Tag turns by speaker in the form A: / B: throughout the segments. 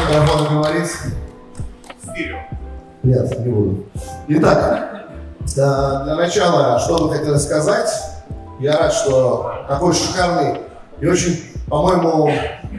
A: микрофона говорить?
B: Вперед.
A: Нет, не буду. Итак, для начала, что бы хотел сказать. Я рад, что такой шикарный и очень, по-моему,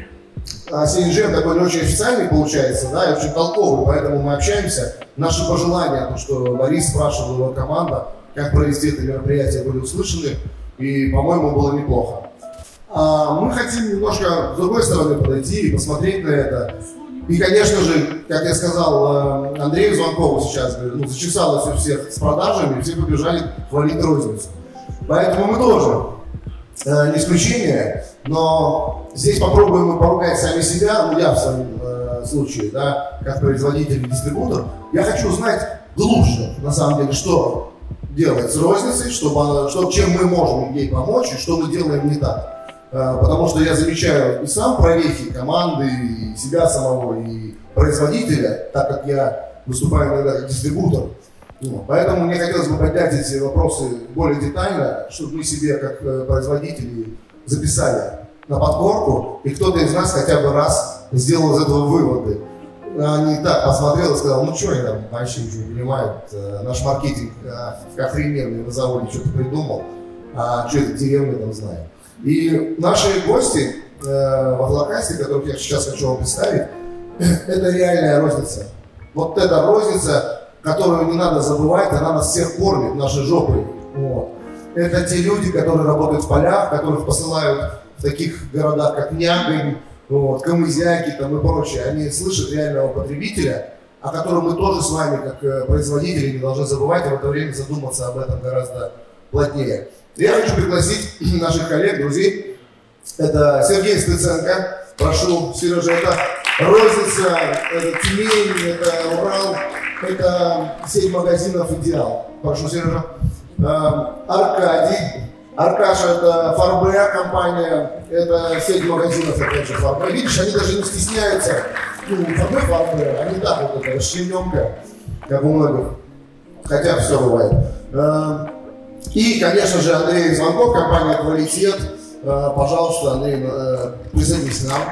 A: CNGM такой не очень официальный получается, да, и очень толковый, поэтому мы общаемся. Наши пожелания, то, что Борис спрашивал, его команда, как провести это мероприятие, были услышаны, и, по-моему, было неплохо. Мы хотим немножко с другой стороны подойти и посмотреть на это. И, конечно же, как я сказал Андрею Звонкову сейчас, ну, зачесалось у всех с продажами, все побежали хвалить розницу. Поэтому мы тоже не исключение, но здесь попробуем мы поругать сами себя, ну я в своем случае, да, как производитель и дистрибутор. Я хочу узнать глубже, на самом деле, что делать с розницей, чем мы можем ей помочь и что мы делаем не так. Потому что я замечаю и сам прорехи команды, и себя самого, и производителя, так как я выступаю иногда как дистрибутор. Поэтому мне хотелось бы поднять эти вопросы более детально, чтобы мы себе, как производители, записали на подкорку, и кто-то из нас хотя бы раз сделал из этого выводы. А не так посмотрел и сказал, ну что они там вообще ничего не понимают, наш маркетинг охрененный на заводе что-то придумал, а что это деревня там знает. И наши гости в Атлакасте, которых я сейчас хочу вам представить, это реальная розница. Вот эта розница, которую не надо забывать, она нас всех кормит нашей жопой. Вот. Это те люди, которые работают в полях, которых посылают в таких городах, как Нягань, вот, Камызяки там, и прочее. Они слышат реального потребителя, о котором мы тоже с вами, как производители, не должны забывать, и в это время задуматься об этом гораздо плотнее. Я хочу пригласить наших коллег, друзей. Это Сергей Стыценко. Прошу, Сережа, это розница, это Тюмень, это Урал, это сеть магазинов «Идеал». Прошу, Сережа. Аркадий. Аркаша, это Фарбе компания, это сеть магазинов, опять же, Фарбе. Видишь, они даже не стесняются. Ну, Фарбе, они так вот это, расчлененка, как у многих. Хотя все бывает. И, конечно же, Андрей Звонков, компания «Квалитет». Пожалуйста, Андрей, присоединись к нам.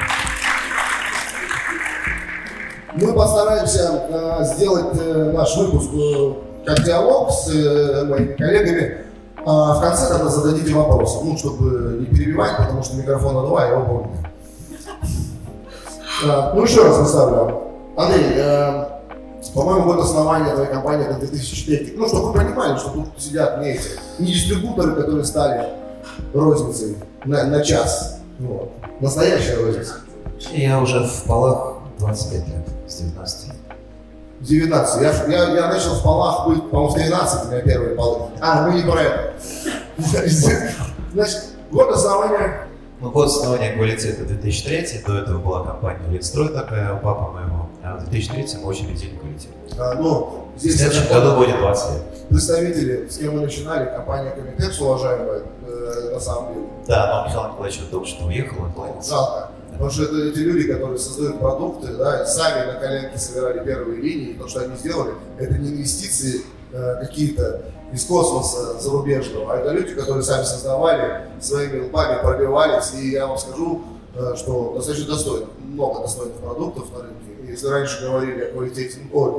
A: Мы постараемся сделать наш выпуск как диалог с моими коллегами. В конце тогда зададите вопросы, ну, чтобы не перебивать, потому что микрофона два, я его помню. Ну, еще раз представлю. Андрей, по-моему, год основания твоей компании это 2003. Ну, чтобы вы понимали, что тут сидят не дистрибуторы, которые стали розницей на час. Вот. Настоящая розница.
C: Я уже в полах 25 лет, с 19.
A: 19. Я начал в полах быть, по-моему, в 13 у меня первые полы. Мы не про это. Значит, год основания.
C: Ну, год основания «Квалитета» 2003, до этого была компания «Литстрой» такая, у папы моего, а в 2003 мы учредили «Квалитет».
A: Здесь
C: в следующем году будет 20 лет.
A: Представители, с кем мы начинали, компания «Комитет», уважаемая, на самом деле.
C: Да, но Михаил Николаевич только что уехал, отклонился.
A: Жалко. Потому что это эти люди, которые создают продукты, да, и сами на коленке собирали первые линии, и то, что они сделали, это не инвестиции какие-то из космоса зарубежного, а это люди, которые сами создавали, своими лбами пробивались, и я вам скажу, что достаточно достойно, много достойных продуктов на рынке. Если раньше говорили о квалитете,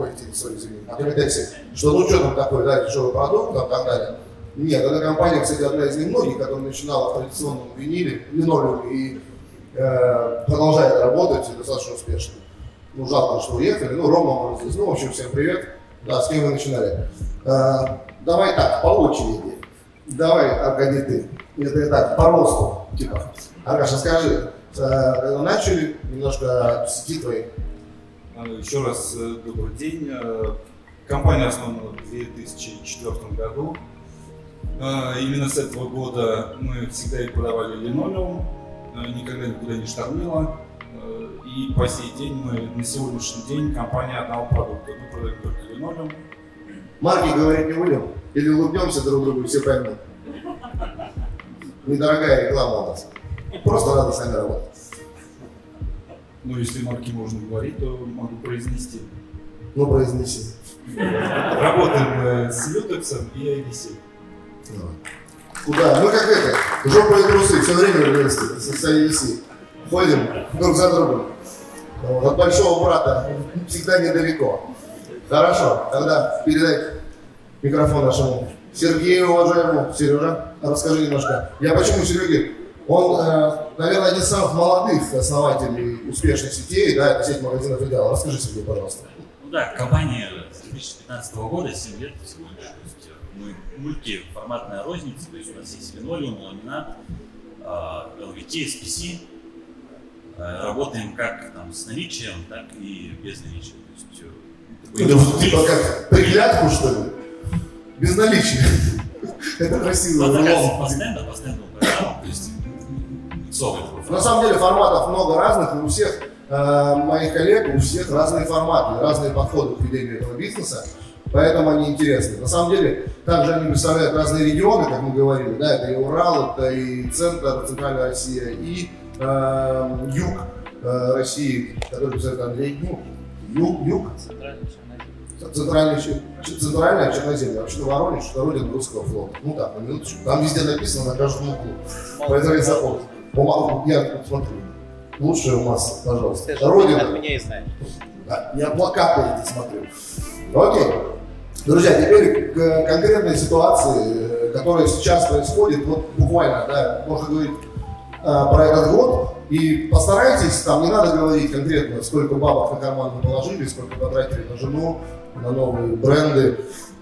A: о комитете, что ну что там такое, да, дешевый продукт, там, так далее. Нет, эта компания, кстати, одна из немногих, которая начинала в традиционном виниле, линолеуме, и продолжает работать и достаточно успешно. Ну, жалко, что уехали. Ну, Рома здесь. Ну, в общем, всем привет. Да, с кем вы начинали? Давай так, по очереди. Давай, Аркадий, ты. Это так, по росту. Типа. Аркаша, скажи, когда начали, немножко сети твои.
B: Еще раз добрый день. Компания основана в 2004 году. Именно с этого года мы всегда и продавали линолеум. Никогда никуда не штормило. И по сей день мы на сегодняшний день компания одного продукта. Мы продаем только линолеум.
A: Марки говорить не будем? Или улыбнемся друг другу и все поймут? Недорогая реклама у нас. Просто надо сами работать.
B: Ну, если марки можно говорить, то могу произнести.
A: Ну, произнеси.
B: Работаем с Лютексом и IDC.
A: Куда? Мы как это, жопа и трусы, все время вместе, с IDC. Ходим друг за другом. Вот, от большого брата всегда недалеко. Хорошо, тогда передать микрофон нашему Сергею, уважаемому. Сережа, расскажи немножко. Я почему Сереге? Он, наверное, один из самых молодых основателей успешных сетей, да, это сеть магазинов «Идеал». Расскажи, Сергей, пожалуйста.
D: Ну да, компания с 2015 года, 7 лет всего лишь. То есть мы мультиформатная розница, то есть у нас есть линолеум, ламинат, LVT, SPC. Работаем как там с наличием, так и без наличия. То есть,
A: типа как приглядку, что ли? Без наличия. Это красиво.
D: Постоянно программу, то есть
A: на самом деле форматов много разных, и у всех моих коллег, у всех разные форматы, разные подходы к ведению этого бизнеса, поэтому они интересны. На самом деле, также они представляют разные регионы, как мы говорили, да, это и Урал, это и центр, центральная Россия, и юг России, который представляет Андрей, юг, центральная Черноземье, вообще-то Воронеж, это родина русского флота. Ну так, на минуточку, там везде написано на каждом углу, поэтому я запомнил. Я смотрю, лучшая масса, пожалуйста.
E: Ты же
A: родина.
E: от меня и знаешь.
A: Да, я плакаты эти смотрю. Окей. Друзья, теперь к конкретной ситуации, которая сейчас происходит, вот буквально, да, можно говорить про этот год. И постарайтесь, там не надо говорить конкретно, сколько бабок на карман вы положили, сколько потратили на жену, на новые бренды,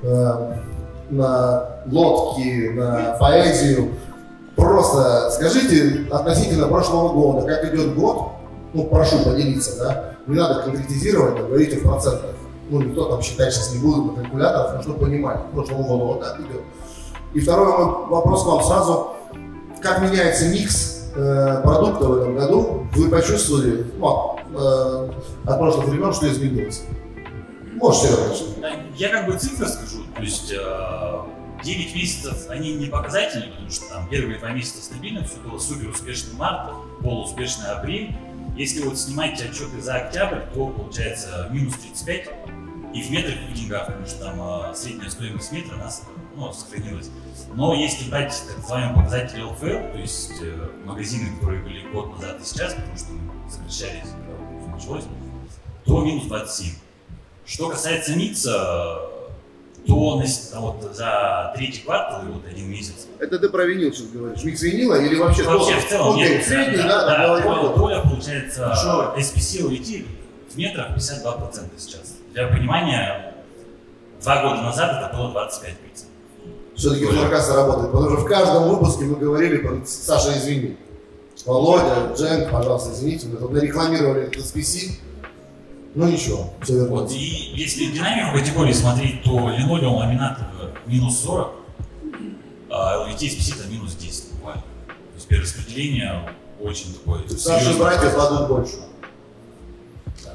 A: на лодки, на поэзию. Просто скажите относительно прошлого года, как идет год, ну прошу поделиться, да, не надо конкретизировать, говорите в процентах. Ну никто там считать сейчас не будет на калькуляторах, но чтобы понимать, прошлого года вот так идет. И второй мой вопрос к вам сразу, как меняется микс продукта в этом году, вы почувствовали, от прошлых времен, что изменилось? Можете рассказать?
D: Я как бы цифры скажу, то есть 9 месяцев, они не показательны, потому что там первые 2 месяца стабильно, все было супер успешный март, полууспешный апрель. Если вот снимать отчеты за октябрь, то получается минус 35 и в метрах, и в деньгах, потому что там средняя стоимость метра у нас сохранилась. Но если брать так называемый показатель ЛФЛ, то есть магазины, которые были год назад и сейчас, потому что мы сокращались, когда все началось, то минус 27. Что касается микса, то вот за третий квартал и вот 1 месяц.
A: Это ты про винил сейчас говоришь? Микс винила или вообще?
D: Вообще в целом нет.
A: Средний,
D: Доля получается SPC LVT в метрах 52% сейчас. Для понимания, 2 года назад это было 25%.
A: Все-таки флоркасса работает, потому что в каждом выпуске мы говорили про Саша, извини. Володя, Джен, пожалуйста, извините, мы тут нарекламировали этот SPC. Ну ничего, все вернется.
D: Вот, и если динамику категории смотреть, то линолеум, ламинат минус 40, а LVT SPC это минус 10 буквально. То есть перераспределение очень такое.
A: Старшие братья кладут больше. Да.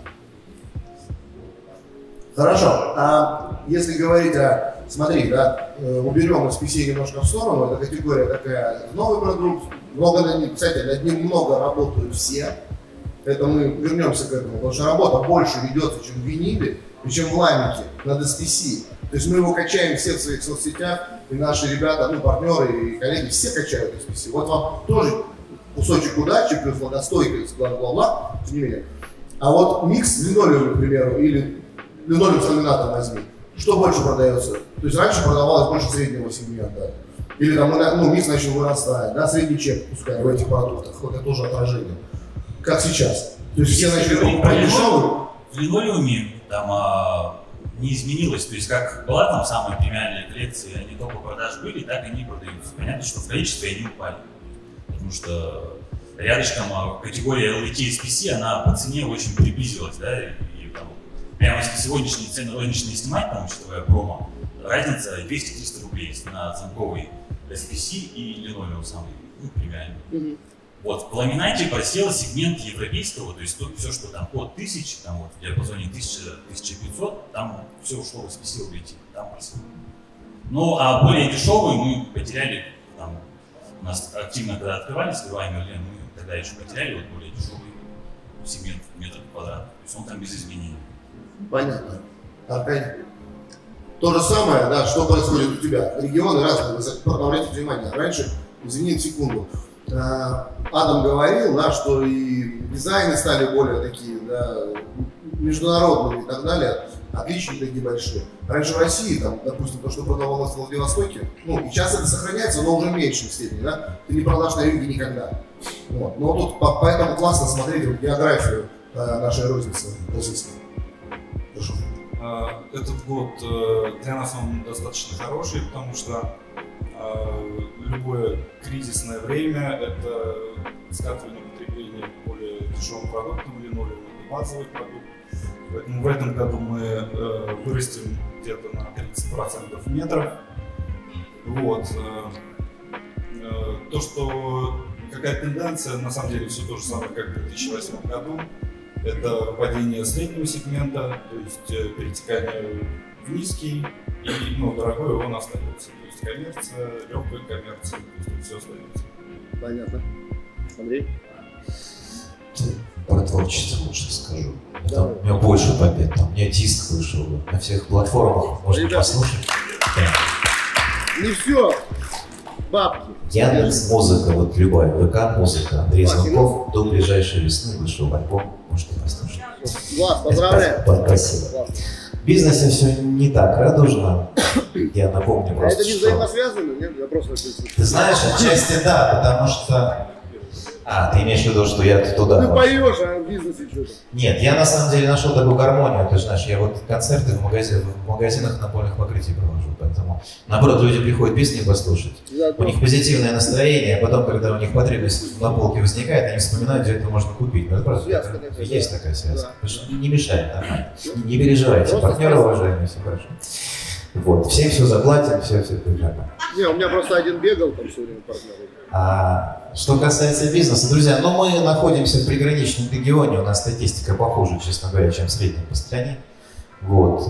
A: Хорошо. А если говорить о, смотри, да, уберем SPC немножко в сторону, эта категория такая, новый продукт, много над ним, кстати, над ним много работают все. Это мы вернемся к этому, потому что работа больше ведется, чем в виниле, и чем в ламике, над SPC. То есть мы его качаем все в своих соцсетях, и наши ребята, ну, партнеры и коллеги, все качают SPC. Вот вам тоже кусочек удачи, плюс влагостойкость, бла-бла-бла, тем не менее. А вот микс линолеум, к примеру, или линолеум с ламинатом возьми, что больше продается? То есть раньше продавалось больше среднего сегмента. Или там, ну, микс начал вырастать, да, средний чек, пускай, в этих продуктах, вот это тоже отражение. Как сейчас. То есть все начали покупать дешевые.
D: В линолеуме там не изменилось. То есть как была там самая премиальная коллекция, они только продаж были, так они продаются. Понятно, что в количестве они упали. Потому что рядышком категория LVT и SPC, она по цене очень приблизилась. Да? И там, прямо если сегодняшние цены розничные снимать, там, учитывая промо, разница 200-300 рублей на цинковый SPC и линолеум самый премиальный. Вот, в ламинате просел сегмент европейского, то есть тут все, что там от 1000, там вот в диапазоне 1000-1500, там все ушло в SPC LVT, там просел. Ну, а более дешевые мы потеряли, там, у нас активно, когда открывали скрываемый Мерлен, мы тогда еще потеряли вот более дешевый сегмент метр квадратный, то есть он там без изменений.
A: Понятно. Аркадий. То же самое, да, что происходит у тебя. Регионы разные, обратите внимание. Раньше, извините секунду, Адам говорил, да, что и дизайны стали более такие, да, международными и так далее. Отличия такие большие. Раньше в России, там, допустим, то, что продавалось в Владивостоке, ну, и сейчас это сохраняется, но уже в меньшей степени, да, ты не продашь на юге никогда. Вот. Но тут поэтому классно смотреть вот, географию нашей розницы российской. Прошу.
B: Этот год для нас он достаточно хороший, потому что любое кризисное время – это скатывание потребления более дешевым продуктом, линолеум – это базовый продукт. Поэтому в этом году мы вырастем где-то на 30% в метрах. Вот. То, что какая тенденция, на самом деле все то же самое, как в 2008 году. Это падение среднего сегмента, то есть перетекание в низкий, и ну, дорогой он остается. То есть коммерция, легкая коммерция, то есть все остается.
A: Понятно. Андрей?
C: Про творчество лучше скажу. Там у меня больше побед. Там у меня диск вышел на всех платформах. Можно послушать.
A: Не все. Бабки.
C: Яндекс.Музыка, вот любая ВК-музыка. Андрей Звонков до ближайшей весны вышел альбом. Можете послушать.
A: Влад, поздравляю.
C: Спасибо. В бизнесе все не так радужно. Я напомню просто,
A: это не взаимосвязано? Нет? Я просто...
C: Ты знаешь, отчасти да, потому что... ты имеешь в виду, что я туда...
A: Ты поешь, а в бизнесе что-то.
C: Нет, я на самом деле нашел такую гармонию. Ты знаешь, я вот концерты в магазинах напольных покрытий провожу. Поэтому, наоборот, люди приходят песни послушать. У них позитивное настроение, а потом, когда у них потребность на полке возникает, они вспоминают, где это можно купить. Ну, это просто есть такая связка. Не мешает нормально. Не переживайте, партнеры уважаемые, все хорошо. Вот, всем все заплатим, все прекрасно.
A: Не, у меня просто один бегал, там все время партнеры.
C: Что касается бизнеса, друзья, мы находимся в приграничном регионе, у нас статистика похуже, честно говоря, чем в среднем по стране. Вот.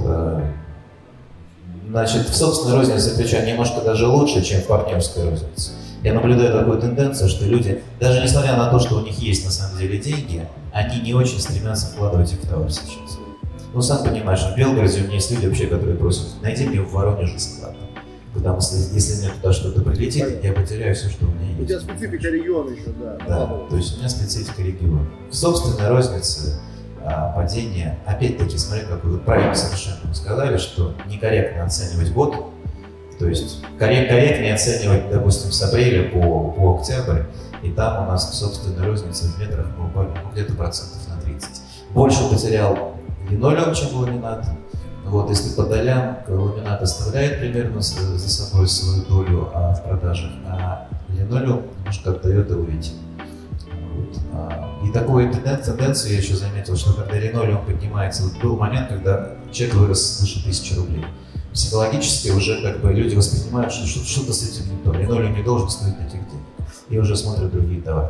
C: Значит, в собственной рознице, причем немножко даже лучше, чем в партнерской рознице. Я наблюдаю такую тенденцию, что люди, даже несмотря на то, что у них есть на самом деле деньги, они не очень стремятся вкладывать их в товар сейчас. Ну, сам понимаешь, в Белгороде у меня есть люди вообще, которые просят, найди мне в Воронеже склад. Потому что если мне туда что-то прилетит, я потеряю все, что у меня есть.
A: У тебя специфика региона еще, да.
C: Да, то есть у меня специфика региона. В собственной рознице падение, опять-таки, смотри, как вы правильно совершенно сказали, что некорректно оценивать год. То есть корректнее оценивать, допустим, с апреля по октябрь, и там у нас в собственной рознице в метрах мы упали где-то процентов на 30. Больше потерял линолеум, чем ламинат. Вот, если по долям ламинат оставляет примерно за собой свою долю в продажах, а линолеум немножко отдает и увидеть. Вот. И такую тенденцию я еще заметил, что когда линолеум поднимается, вот был момент, когда чек вырос свыше 1000 рублей. Психологически уже как бы люди воспринимают, что что-то с этим не то. Линолеум не должен стоить этих денег. И уже смотрят другие товары.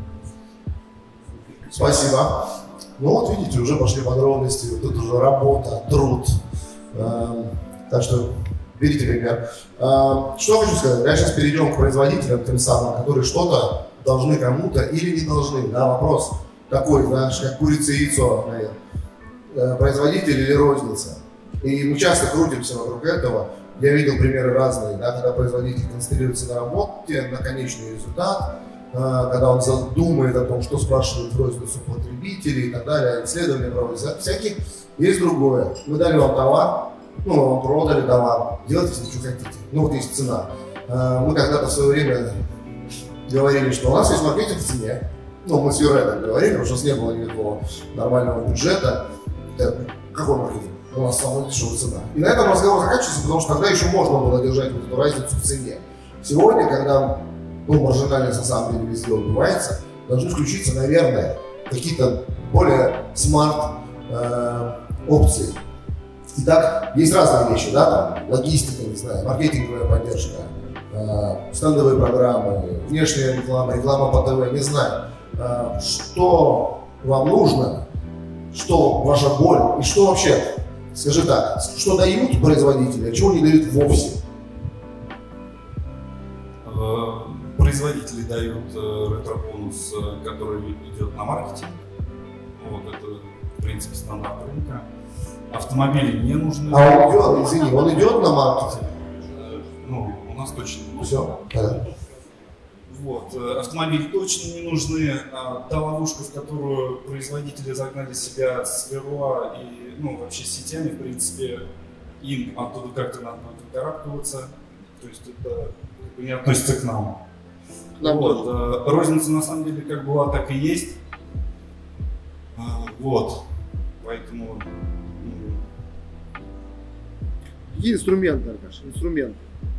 A: Спасибо. Ну вот видите, уже пошли подробности, вот тут уже работа, труд. Так что берите пример. Что хочу сказать, я сейчас перейдем к производителям, тем самым, которые что-то должны кому-то или не должны. Да, вопрос такой, знаешь, как курица и яйцо, наверное. Производитель или розница. И мы часто крутимся вокруг этого. Я видел примеры разные, да, когда производитель концентрируется на работе, на конечный результат, когда он думает о том, что спрашивают в розницу потребителей и так далее, исследования проводятся, всякие. Есть другое. Мы дали вам товар, мы вам продали товар, делайте с ним, что хотите. Ну вот есть цена. Мы когда-то в свое время говорили, что у нас есть маркетинг в цене. Ну, мы с Юрой так говорили, потому что у нас не было никакого нормального бюджета. Какой маркетинг? У нас самая дешевая цена. И на этом разговор заканчивается, потому что тогда еще можно было держать вот эту разницу в цене. Сегодня, когда маржинальность на самом деле везде убивается, должны включиться, наверное, какие-то более смарт опции. Итак, есть разные вещи, да, там, логистика, не знаю, маркетинговая поддержка, стендовые программы, внешняя реклама, реклама по ТВ, не знаю. Что вам нужно, что ваша боль и что вообще, скажи так, что дают производители, а чего не дают вовсе?
B: Производители дают ретро-бонус, который идет на маркетинг. Вот, это, в принципе, стандарт рынка. Автомобили не нужны.
A: А он идет, извини, он идет на маркетинг?
B: Ну, у нас точно.
A: Все, понятно.
B: Вот. Автомобили точно не нужны. Та ловушка, в которую производители загнали себя с Леруа и вообще сетями, в принципе, им оттуда как-то надо будет карабкиваться. То есть это не относится к нам. Вот. Розница на самом деле как была, так и есть. Вот. Поэтому...
A: Какие инструменты, Аркаш? Инструменты.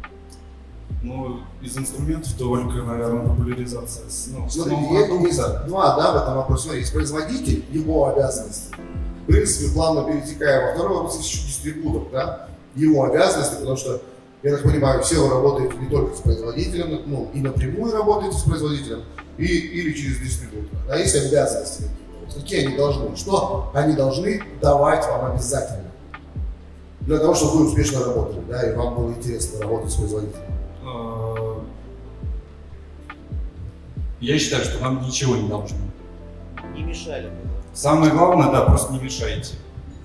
B: Из инструментов только, наверное, популяризация.
A: Смотрите, есть два, в этом вопросе. Есть производитель, его обязанности. В принципе, плавно перетекая во второй вопрос, еще дистрибутор, да? Его обязанности, потому что, я так понимаю, все вы работаете не только с производителем, и напрямую работаете с производителем, или через дистрибутора. Да? Есть обязанности какие-то. Какие они должны? Что они должны давать вам обязательно? Для того, чтобы вы успешно работали, да, и вам было интересно работать с производителем.
B: Я считаю, что нам ничего не должно.
C: Не мешали.
B: Самое главное, да, просто не мешайте.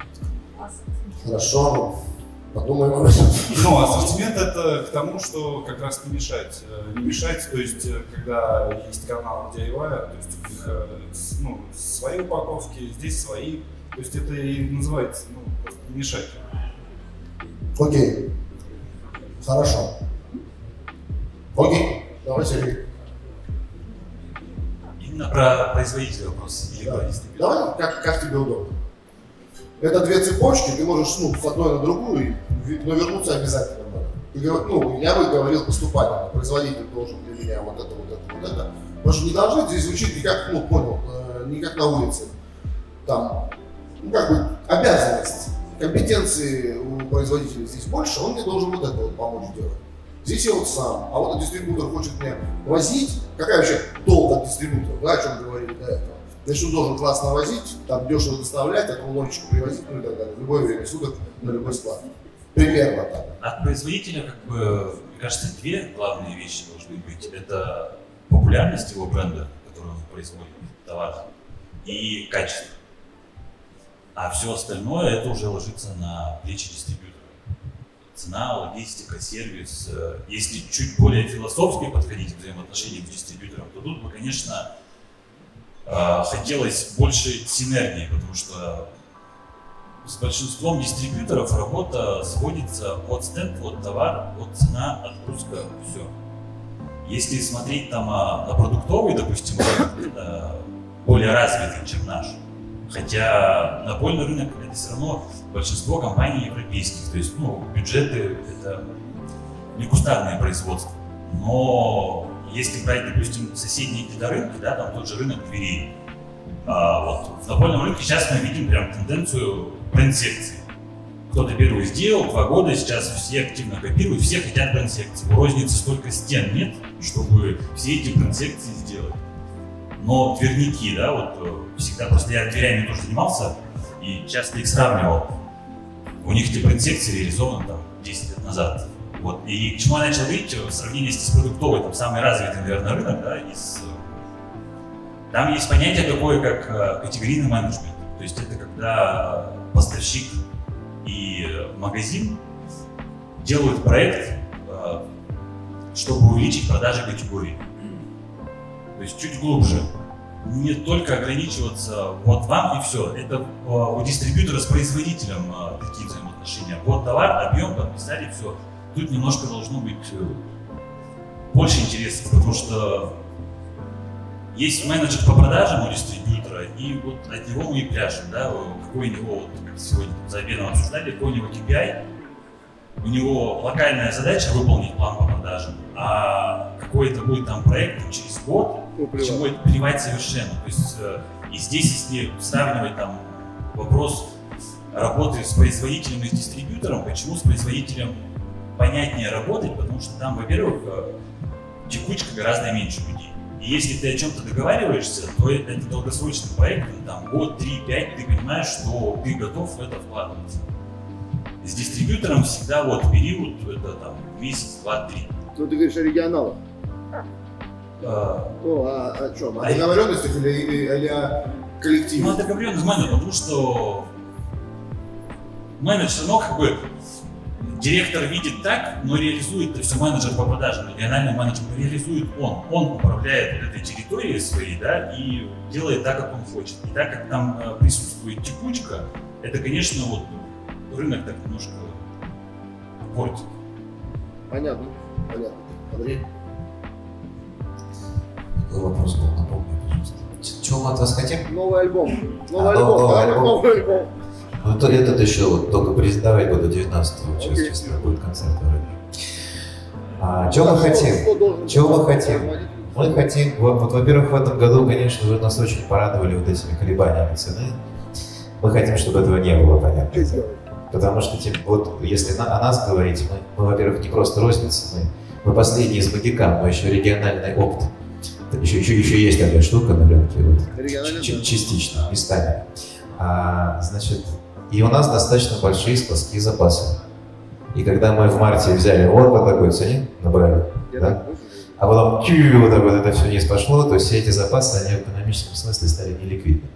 A: Хорошо, подумаем об этом.
B: Ассортимент это к тому, что как раз не мешать. Не мешать, то есть, когда есть канал DIY, то есть у них свои упаковки, здесь свои. То есть это и называется, просто не мешать.
A: Окей. Хорошо. Окей. Давай, Сергей.
D: Именно про производителя вопрос.
A: Давай, как тебе удобно. Это две цепочки, ты можешь с одной на другую, но вернуться обязательно надо. Я бы говорил поступательно. Производитель должен для меня вот это. Потому что не должны здесь звучить не как, не как на улице. Там, обязанность. Компетенции у производителя здесь больше, он мне должен вот это помочь делать. Здесь я сам, а вот дистрибутор хочет меня возить. Какая вообще долг от дистрибутора, о чем говорили до этого? Значит, он должен классно возить, там дешево доставлять, от лончика привозить, и так далее. В любое время суток, на любой склад. Примерно так.
D: От производителя, мне кажется, две главные вещи должны быть. Это популярность его бренда, который он производит, товар, и качество. А все остальное это уже ложится на плечи дистрибьютора. Цена, логистика, сервис. Если чуть более философски подходить к взаимоотношениям с дистрибьютором, то тут бы, конечно, хотелось больше синергии, потому что с большинством дистрибьюторов работа сводится от стенд, от товара, от цена, отгрузка, все. Если смотреть там на продуктовый, допустим, более развитый, чем наш, хотя напольный рынок это все равно большинство компаний европейских, то есть бюджеты это не кустарное производство. Но если брать, допустим, соседние какие-то рынки, да, там тот же рынок дверей, вот в напольном рынке сейчас мы видим прям тенденцию бренд-секции. Кто-то первый сделал, 2 года, сейчас все активно копируют, все хотят бренд-секции. У розницы столько стен нет, чтобы все эти бренд-секции сделать. Но дверники, да, всегда, просто я дверями тоже занимался и часто их сравнивал. У них эти бренд-секции реализованы там 10 лет назад. Вот. И к чему я начал говорить, в сравнении с продуктовой, там самый развитый, наверное, рынок, да, там есть понятие такое, как категорийный менеджмент. То есть это когда поставщик и магазин делают проект, чтобы увеличить продажи категории. То есть чуть глубже. Не только ограничиваться вот вам и все. Это у дистрибьютора с производителем такие взаимоотношения. Вот товар, объем, подписали, все. Тут немножко должно быть больше интересов, потому что есть менеджер по продажам у дистрибьютора, и вот от него мы и пляшем, да, какой у него, как сегодня за обедом обсуждали, какой у него KPI, у него локальная задача выполнить план по продажам, а какой это будет там проект через год, к чему это плевать совершенно. То есть и здесь, если сравнивать там вопрос работы с производителем и с дистрибьютором, почему с производителем понятнее работать, потому что там, во-первых, текучка гораздо меньше людей. И если ты о чем-то договариваешься, то это долгосрочный проект, там год, 3, 5, ты понимаешь, что ты готов в это вкладываться. С дистрибьютором всегда период, это там месяц, 2, 3.
A: Ну ты говоришь о регионалах. О чем? О договоренностях или о коллективе?
D: О договоренности, потому что менеджер, директор видит так, но реализует, то есть менеджер по продажам, региональный менеджер реализует он управляет вот этой территорией своей, да, и делает так, как он хочет. И так как там присутствует текучка, это, конечно, вот рынок так немножко портит.
A: Понятно. Андрей?
C: Какой вопрос был, напомню, пожалуйста. Чего мы от вас хотим?
A: Новый альбом.
C: Новый альбом. Ну, этот еще вот только презентовать буду 19-го, честно, будет концерт вроде. Чего мы хотим? Чего мы хотим? Мы хотим, вот, во-первых, в этом году, конечно, вы нас очень порадовали вот этими колебаниями цены. Мы хотим, чтобы этого не было, понятно. Потому что, вот, если о нас говорить, мы, во-первых, не просто розница, мы последние из магикан, мы еще региональный опт. Еще есть такая штука на рынке, вот, частично, местами. Значит, и у нас достаточно большие складские запасы. И когда мы в марте взяли вот такой цене, набрали, да? А потом вот это все вниз пошло, то есть все эти запасы, они в экономическом смысле стали неликвидными.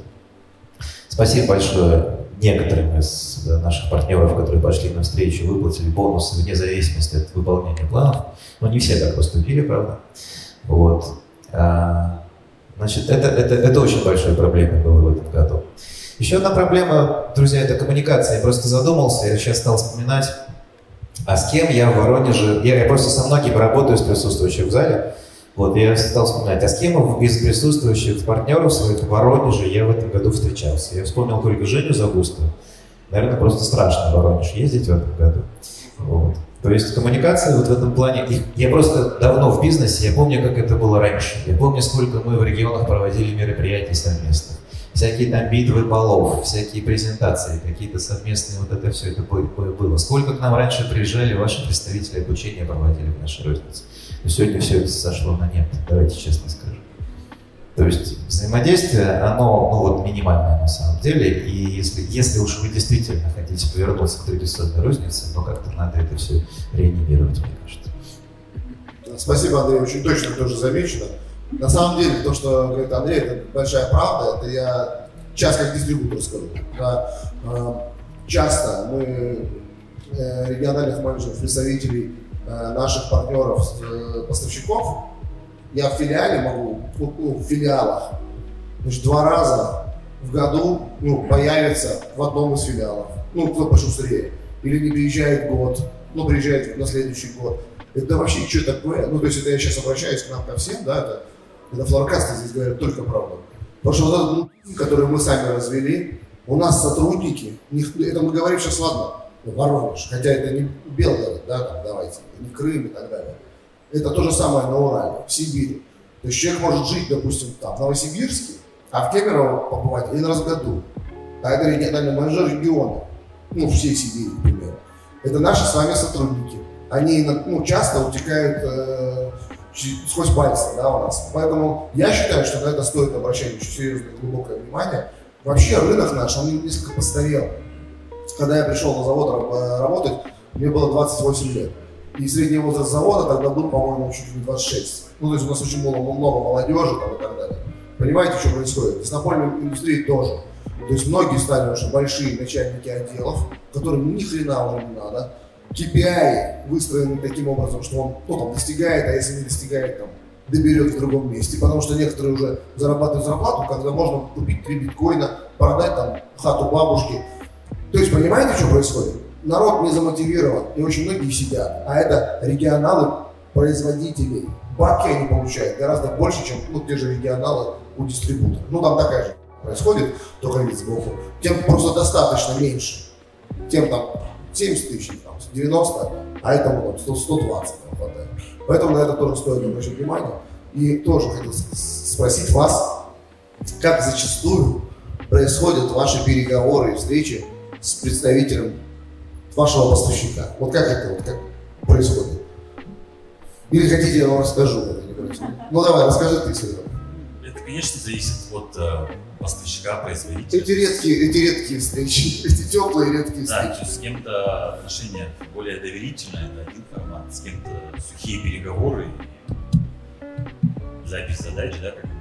C: Спасибо большое некоторым из наших партнеров, которые пошли навстречу, выплатили бонусы вне зависимости от выполнения планов. Но не все так поступили, правда. Вот. Значит, это очень большой проблемой было в этом году. Еще одна проблема, друзья, это коммуникация. Я просто задумался, я сейчас стал вспоминать, а с кем я в Воронеже... Я просто со многими работаю, с присутствующих в зале. Вот, я стал вспоминать, а с кем из присутствующих партнеров своих в Воронеже я в этом году встречался. Я вспомнил только Женю Загустову. Наверное, просто страшно в Воронеж ездить в этом году. Вот. То есть коммуникация вот в этом плане... Я просто давно в бизнесе, я помню, как это было раньше. Я помню, сколько мы в регионах проводили мероприятий совместных. Всякие там битвы полов, всякие презентации, какие-то совместные, вот это все это было. Сколько к нам раньше приезжали ваши представители, обучения проводили в нашей рознице. Но сегодня все это сошло на нет, давайте честно скажем. То есть взаимодействие, оно вот минимальное на самом деле, и если уж вы действительно хотите повернуться к традиционной рознице, то как-то надо это все реанимировать, мне кажется.
A: Спасибо, Андрей, очень точно тоже замечено. На самом деле, то, что говорит Андрей, это большая правда, это я сейчас как дистрибутор скажу. Да, часто мы, региональных менеджеров, представителей наших партнеров, поставщиков, я в филиале могу, в филиалах, значит, 2 раза в году появится в одном из филиалов. Кто пошустрее. Или не приезжает год, приезжает на следующий год. Это вообще что такое? То есть это я сейчас обращаюсь к нам ко всем, да, это флоркасты здесь говорят только правду. Потому что вот этот, который мы сами развели, у нас сотрудники, это мы говорим сейчас, ладно, Воронеж, хотя это не Белгород, да, там, давайте, не Крым и так далее. Это то же самое на Урале, в Сибири. То есть человек может жить, допустим, там, в Новосибирске, а в Кемерово побывать 1 раз в году. А это региональный менеджер региона, всей Сибири, например. Это наши с вами сотрудники. Они часто утекают сквозь пальцы, да, у нас. Поэтому я считаю, что на это стоит обращать очень серьезное и глубокое внимание. Вообще рынок наш, он несколько постарел. Когда я пришел на завод работать, мне было 28 лет. И средний возраст завода тогда был, по-моему, чуть ли не 26. То есть у нас очень было много молодежи там, и так далее. Понимаете, что происходит? И с напольной индустрией тоже. То есть многие стали уже большие начальники отделов, которым ни хрена уже не надо. KPI выстроены таким образом, что он там достигает, а если не достигает, там, доберет в другом месте. Потому что некоторые уже зарабатывают зарплату, когда можно купить 3 биткоина, продать там хату бабушки. То есть понимаете, что происходит? Народ не замотивирован, и очень многие сидят. А это регионалы производителей. Бабки они получают гораздо больше, чем те же регионалы у дистрибутора. Там такая же происходит, только вид сбоку. Тем просто достаточно меньше. Тем там 70 тысяч, 90, а этому там 120 хватает. Поэтому на это тоже стоит обращать внимание. И тоже хотел спросить вас, как зачастую происходят ваши переговоры и встречи с представителем вашего поставщика. Вот как это как происходит? Или хотите, я вам расскажу, как это происходит? Давай, расскажи ты, Серега.
D: Это, конечно, зависит от поставщика, производителя.
A: Эти редкие встречи, эти теплые редкие встречи.
D: Да, то есть с кем-то отношения более доверительные, это один формат, с кем-то сухие переговоры, запись задач, да, как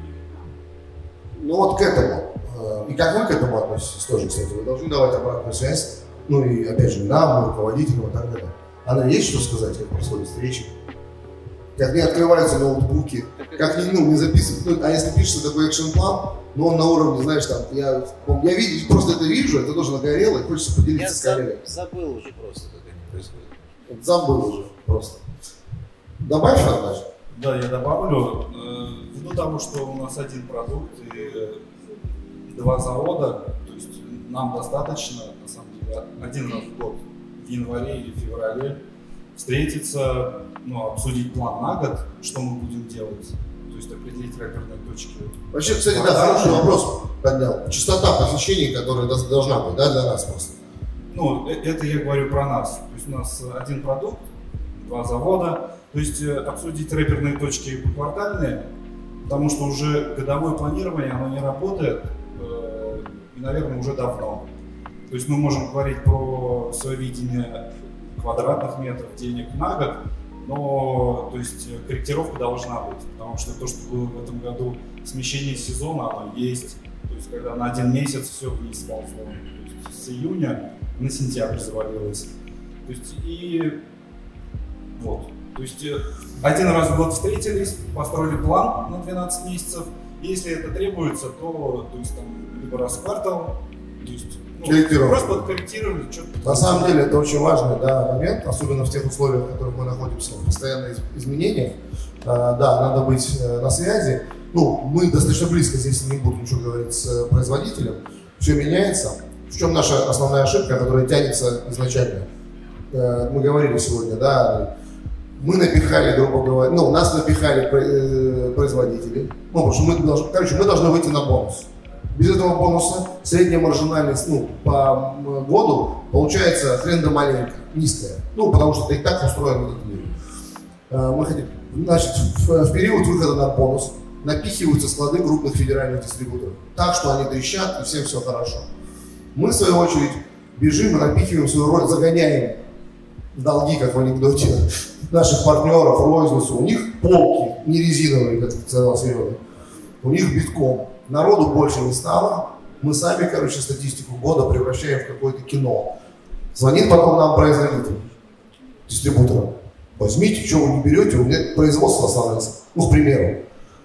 D: бы.
A: Вот к этому. И как вы к этому относитесь тоже, кстати, вы должны давать обратную связь ну и опять же нам, руководителям и так далее. Анна, есть что сказать, как происходят встречи? Как не открываются ноутбуки, как не записывают, а если пишется такой экшн-план, но он на уровне, знаешь, там, я просто это вижу, это тоже нагорело, и хочется поделиться с коллегой.
C: Я забыл уже просто, как они происходят.
A: Забыл уже просто. Добавь, Андрей?
B: Да, я добавлю. Ввиду того, что у нас один продукт и 2 завода, то есть нам достаточно, на самом деле, 1 раз в год, в январе или феврале, встретиться, обсудить план на год, что мы будем делать, то есть определить рэперные точки.
A: Вообще, кстати, да, хороший вопрос поднял. Частота посещений, которая должна быть, да, для нас просто.
B: Это я говорю про нас. То есть у нас 1 продукт, 2 завода. То есть обсудить рэперные точки поквартальные, потому что уже годовое планирование, оно не работает, и, наверное, уже давно. То есть мы можем говорить про свое видение квадратных метров денег на год, но то есть корректировка должна быть, потому что то, что было в этом году смещение сезона, оно есть. То есть когда на 1 месяц все вниз ползло, то есть с июня на сентябрь завалилось. То есть То есть 1 раз в год встретились, построили план на 12 месяцев. Если это требуется, то есть там либо раз в квартал, то есть просто подкорректировали.
A: На самом деле это очень важный момент, особенно в тех условиях, в которых мы находимся, в постоянных изменениях. Да, надо быть на связи. Мы достаточно близко, здесь не буду ничего говорить с производителем. Все меняется. В чем наша основная ошибка, которая тянется изначально? Мы говорили сегодня, да, мы напихали, грубо говоря, нас напихали производители, потому что мы должны выйти на бонус. Без этого бонуса средняя маржинальность по году получается хрен да маленькая, низкая. Потому что это и так устроен этот мир. Мы хотим, в период выхода на бонус напихиваются склады крупных федеральных дистрибуторов. Так, что они трещат и всем все хорошо. Мы, в свою очередь, бежим и напихиваем свою роль, загоняем в долги, как в анекдоте, наших партнеров, розницу. У них полки не резиновые, как сказал Серега. У них битком. Народу больше не стало. Мы сами, статистику года превращаем в какое-то кино. Звонит потом нам производитель, дистрибутора. Возьмите, что вы не берете, у меня производство останется. К примеру.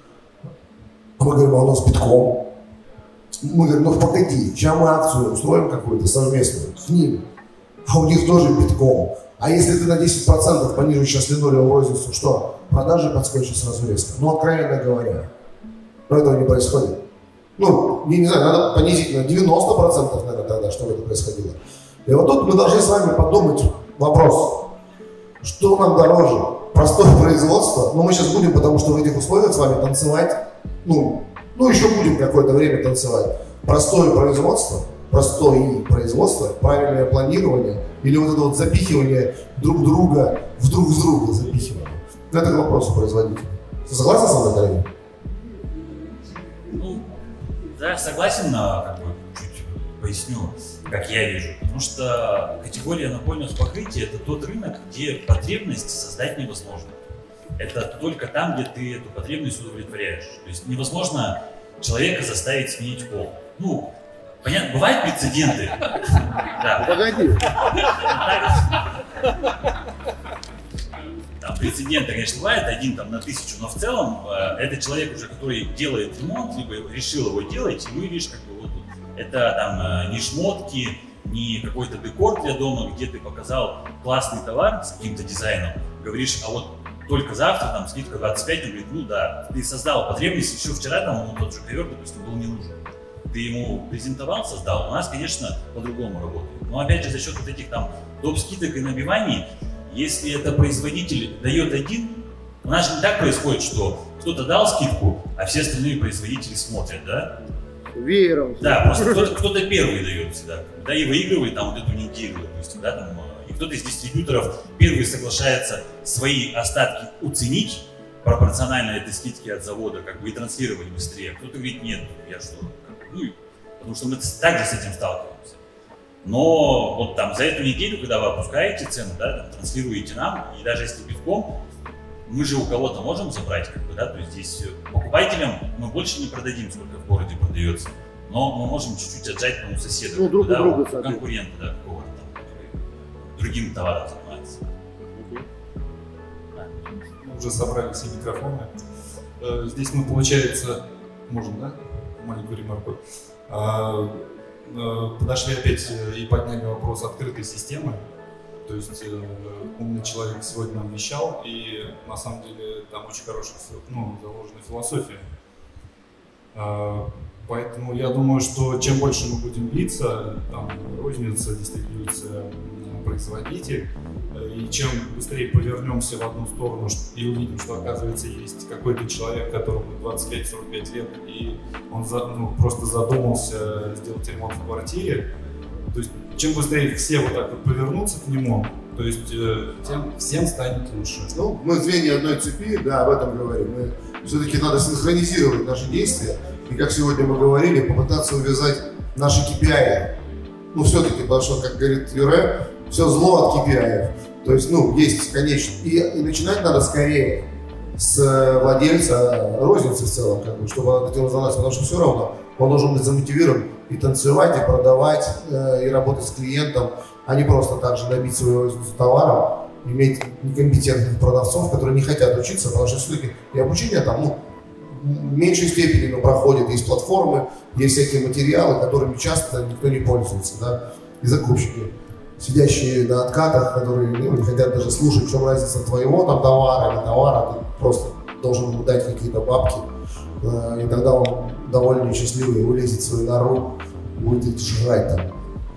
A: Мы говорим, а у нас битком. Мы говорим, погоди, сейчас мы акцию устроим какую-то совместную с ними. А у них тоже битком. А если ты на 10% понижишь сейчас линолеум розницу, что? Продажи подскочат сразу резко. Откровенно говоря. Но этого не происходит. Не знаю, надо понизить на 90%, наверное, тогда, чтобы это происходило. И вот тут мы должны с вами подумать вопрос. Что нам дороже? Простое производство? Мы сейчас будем, потому что в этих условиях с вами танцевать, еще будем какое-то время танцевать. Простое производство, правильное планирование или вот это запихивание друг друга в друга запихивание. Это к вопросу производителя. Согласен со мной, дорогие?
D: Да, согласен, чуть поясню, как я вижу. Потому что категория напольного покрытия – это тот рынок, где потребность создать невозможно. Это только там, где ты эту потребность удовлетворяешь. То есть невозможно человека заставить сменить пол. Понятно, бывают прецеденты. Да.
A: Погоди.
D: Прецеденты, конечно, бывает, 1 на 1000, но в целом это человек уже, который делает ремонт, либо решил его делать, и выглядишь это не шмотки, не какой-то декор для дома, где ты показал классный товар с каким-то дизайном, говоришь, а только завтра скидка 25, он говорит, ты создал потребность, еще вчера ему тот же ковер, допустим, был не нужен. Ты ему презентовал, создал, у нас, конечно, по-другому работает. Но опять же, за счет этих доп. Скидок и набиваний, если это производитель дает один, у нас же не так происходит, что кто-то дал скидку, а все остальные производители смотрят, да?
A: Веером.
D: Да, просто кто-то первый дает всегда, и выигрывает эту неделю, допустим, и кто-то из дистрибьюторов первый соглашается свои остатки уценить пропорционально этой скидке от завода, и транслировать быстрее. Кто-то говорит, нет, я что, потому что мы также с этим сталкиваемся. Но за эту неделю, когда вы опускаете цену, транслируете нам, и даже если битком, мы же у кого-то можем забрать, то есть здесь покупателям мы больше не продадим, сколько в городе продается, но мы можем чуть-чуть отжать у соседа,
A: друг у друга,
D: у конкурента какого-то там. другим товаром занимается.
B: Мы уже собрали все микрофоны. Здесь мы, получается, можем, да, маленькую ремарку, подошли опять и подняли вопрос открытой системы. То есть умный человек сегодня нам вещал, и на самом деле там очень хорошая, заложена философия. Поэтому я думаю, что чем больше мы будем биться, там розница, дистрибьюция, производитель, и чем быстрее повернемся в одну сторону и увидим, что, оказывается, есть какой-то человек, которому 25-45 лет, и он просто задумался сделать ремонт в квартире, то есть чем быстрее все вот так вот повернутся к нему, то есть тем всем станет лучше.
A: Ну, мы звенья одной цепи, да, об этом говорим. Все-таки надо синхронизировать наши действия, и, как сегодня мы говорили, попытаться увязать наши KPI. Ну, все-таки, потому что, как говорит Юре, все зло от KPI. То есть, есть, конечно. И начинать надо скорее с владельца розницы в целом, чтобы он этим занимался, потому что все равно он должен быть замотивирован и танцевать, и продавать, и работать с клиентом, а не просто так же набить свою розницу товаром, иметь некомпетентных продавцов, которые не хотят учиться, потому что все-таки и обучение там, в меньшей степени проходит, есть платформы, есть всякие материалы, которыми часто никто не пользуется, да, и закупщики, сидящие на откатах, которые не хотят даже слушать, в чем разница твоего там товара или товара, ты просто должен ему дать какие-то бабки, и тогда он довольно счастливый улезет в свою нору и будет жрать там.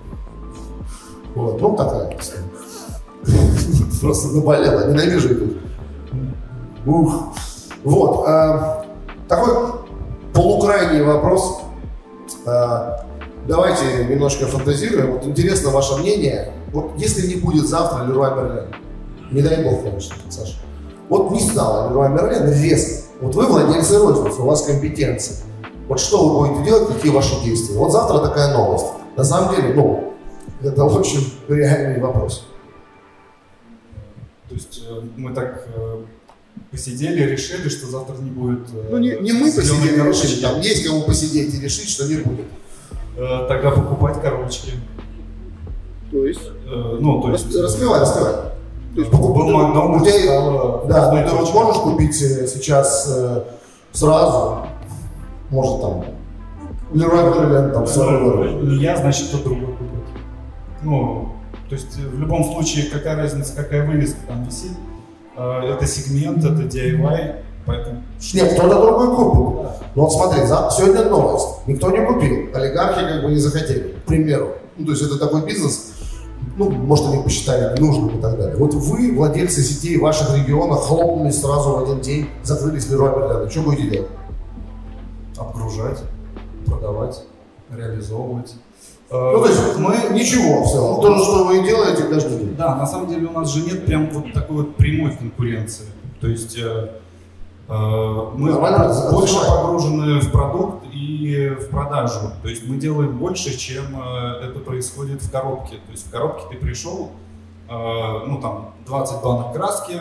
A: Вот, такая история. Просто наболело, ненавижу это. Вот, такой полукрайний вопрос. Давайте немножко фантазируем. Вот интересно ваше мнение. Вот если не будет завтра Леруа Мерлен, не дай бог, конечно, Саша. Вот не стало Леруа Мерлен резко. Вот вы владельцы розницы, у вас компетенции. Вот что вы будете делать, какие ваши действия? Вот завтра такая новость. На самом деле, это очень реальный вопрос.
B: То есть мы так посидели, решили, что завтра не будет...
A: не мы посидели, решили, там есть кому посидеть и решить, что не будет.
B: Тогда покупать коробочки.
A: То есть?
B: Раскрывай.
A: То есть Макдональдс стало... Да, но ты вот можешь купить сейчас сразу, может там, Леруа Мерлен там 40
B: Не я, значит, кто другой купит. То есть в любом случае, какая разница, какая вывеска там висит, это сегмент, это DIY, поэтому...
A: Нет, кто-то другой купит. Но вот смотри, сегодня новость. Никто не купил, олигархи не захотели, к примеру. То есть это такой бизнес, может, они посчитали ненужным и так далее. Вот вы, владельцы сетей в ваших регионах, хлопнули сразу в один день, закрылись Леруа Мерлен. Что будете делать?
B: Обгружать, продавать, реализовывать.
A: То есть мы ничего в целом. То же, что вы и делаете каждый день.
B: Да, на самом деле у нас же нет прям вот такой вот прямой конкуренции. То есть мы больше погружены в продукт и в продажу. То есть мы делаем больше, чем это происходит в коробке. То есть в коробке ты пришел, 20 банок краски,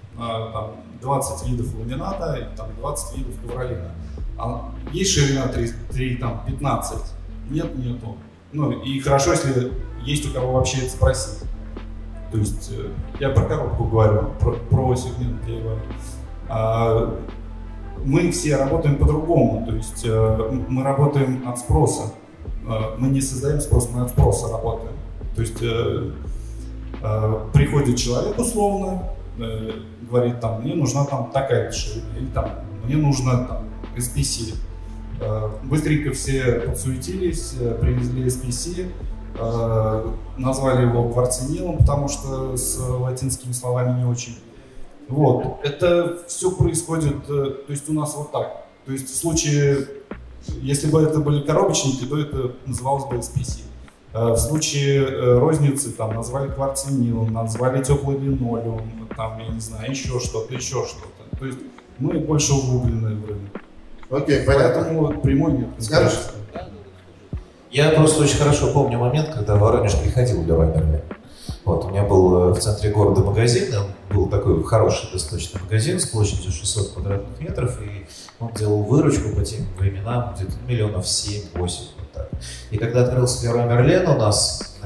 B: 20 видов ламината и 20 видов ковролина. А есть ширина 15? Нету. И хорошо, если есть у кого вообще это спросить. То есть я про коробку говорю, про сегмент DIY. Мы все работаем по-другому, то есть мы работаем от спроса. Мы не создаем спрос, мы от спроса работаем. То есть приходит человек условно, говорит, мне нужна такая ширина, или мне нужно SPC. Быстренько все подсуетились, привезли SPC, назвали его кварцинилом, потому что с латинскими словами не очень. Вот. Это все происходит, то есть у нас вот так. То есть в случае, если бы это были коробочники, то это называлось бы SPC. В случае розницы назвали кварцинилом, назвали теплый линолеум, я не знаю, еще что-то. То есть мы больше углублены в рынок.
A: Окей, понятно.
B: Поэтому прямой нет.
A: Скажешь?
C: Я просто очень хорошо помню момент, когда в Воронеж приходил Леруа Мерлен. Вот, у меня был в центре города магазин, он был такой хороший достаточно магазин с площадью 600 квадратных метров, и он делал выручку по тем временам где-то 7-8 миллионов, вот так. И когда открылся Леруа Мерлен у нас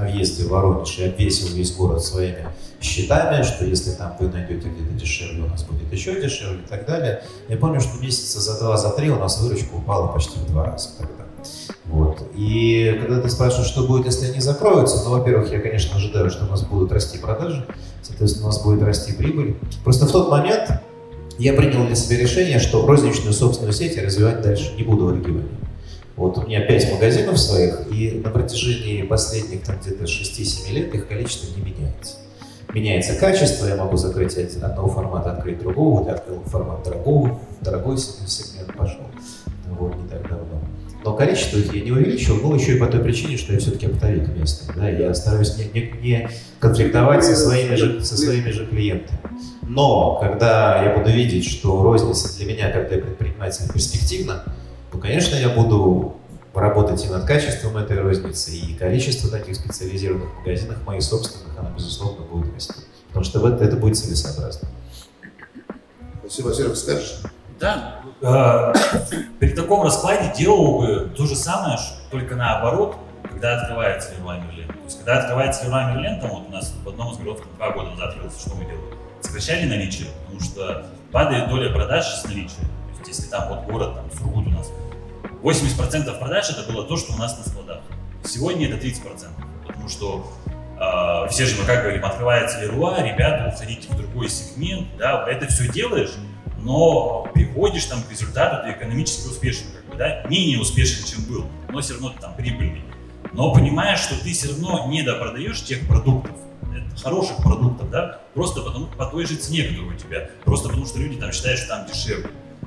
C: на въезде в Воронеж и обвесил весь город своими счетами, что если там вы найдете где-то дешевле, у нас будет еще дешевле и так далее. Я помню, что месяца за 2-3 у нас выручка упала почти в 2 раза тогда. Вот. И когда ты спрашиваешь, что будет, если они закроются, ну, во-первых, я, конечно, ожидаю, что у нас будут расти продажи, соответственно, у нас будет расти прибыль. Просто в тот момент я принял для себя решение, что розничную собственную сеть я развивать дальше не буду в регионе. Вот у меня 5 магазинов своих, и на протяжении последних там где-то 6-7 лет их количество не меняется. Меняется качество, я могу закрыть одного формата, открыть другого, вот я открыл формат дорогой сегмент пошел, вот, не так давно. Но количество их я не увеличил, ну еще и по той причине, что я все-таки оптовик местный, да, я стараюсь не конфликтовать со своими же клиентами. Но когда я буду видеть, что розница для меня, как для предпринимателя, перспективна, то, конечно, я буду работать и над качеством этой розницы, и количество таких специализированных магазинов, моих собственных, оно, безусловно, будет расти. Потому что это будет целесообразно.
A: Спасибо, Серега, скажешь?
D: Да, при таком раскладе делал бы то же самое, только наоборот, когда открывается Леруа Мерлен. То есть, когда открывается Леруа Мерлен, там вот у нас в одном из городов 2 года назад открылся, что мы делаем? Сокращали наличие, потому что падает доля продаж с наличия. То есть, если там вот город, там, Сургут у нас, 80% продаж это было то, что у нас на складах. Сегодня это 30%, потому что все же, мы как говорим, открывается Леруа, ребята, уходите в другой сегмент, да, это все делаешь, но приходишь там к результату, ты экономически успешен, как бы, да, менее успешен, чем был, но все равно ты там прибыльный. Но понимаешь, что ты все равно не допродаешь тех продуктов, хороших продуктов, да, просто потому, по той же цене, которая у тебя, просто потому что люди там считают, что там дешевле.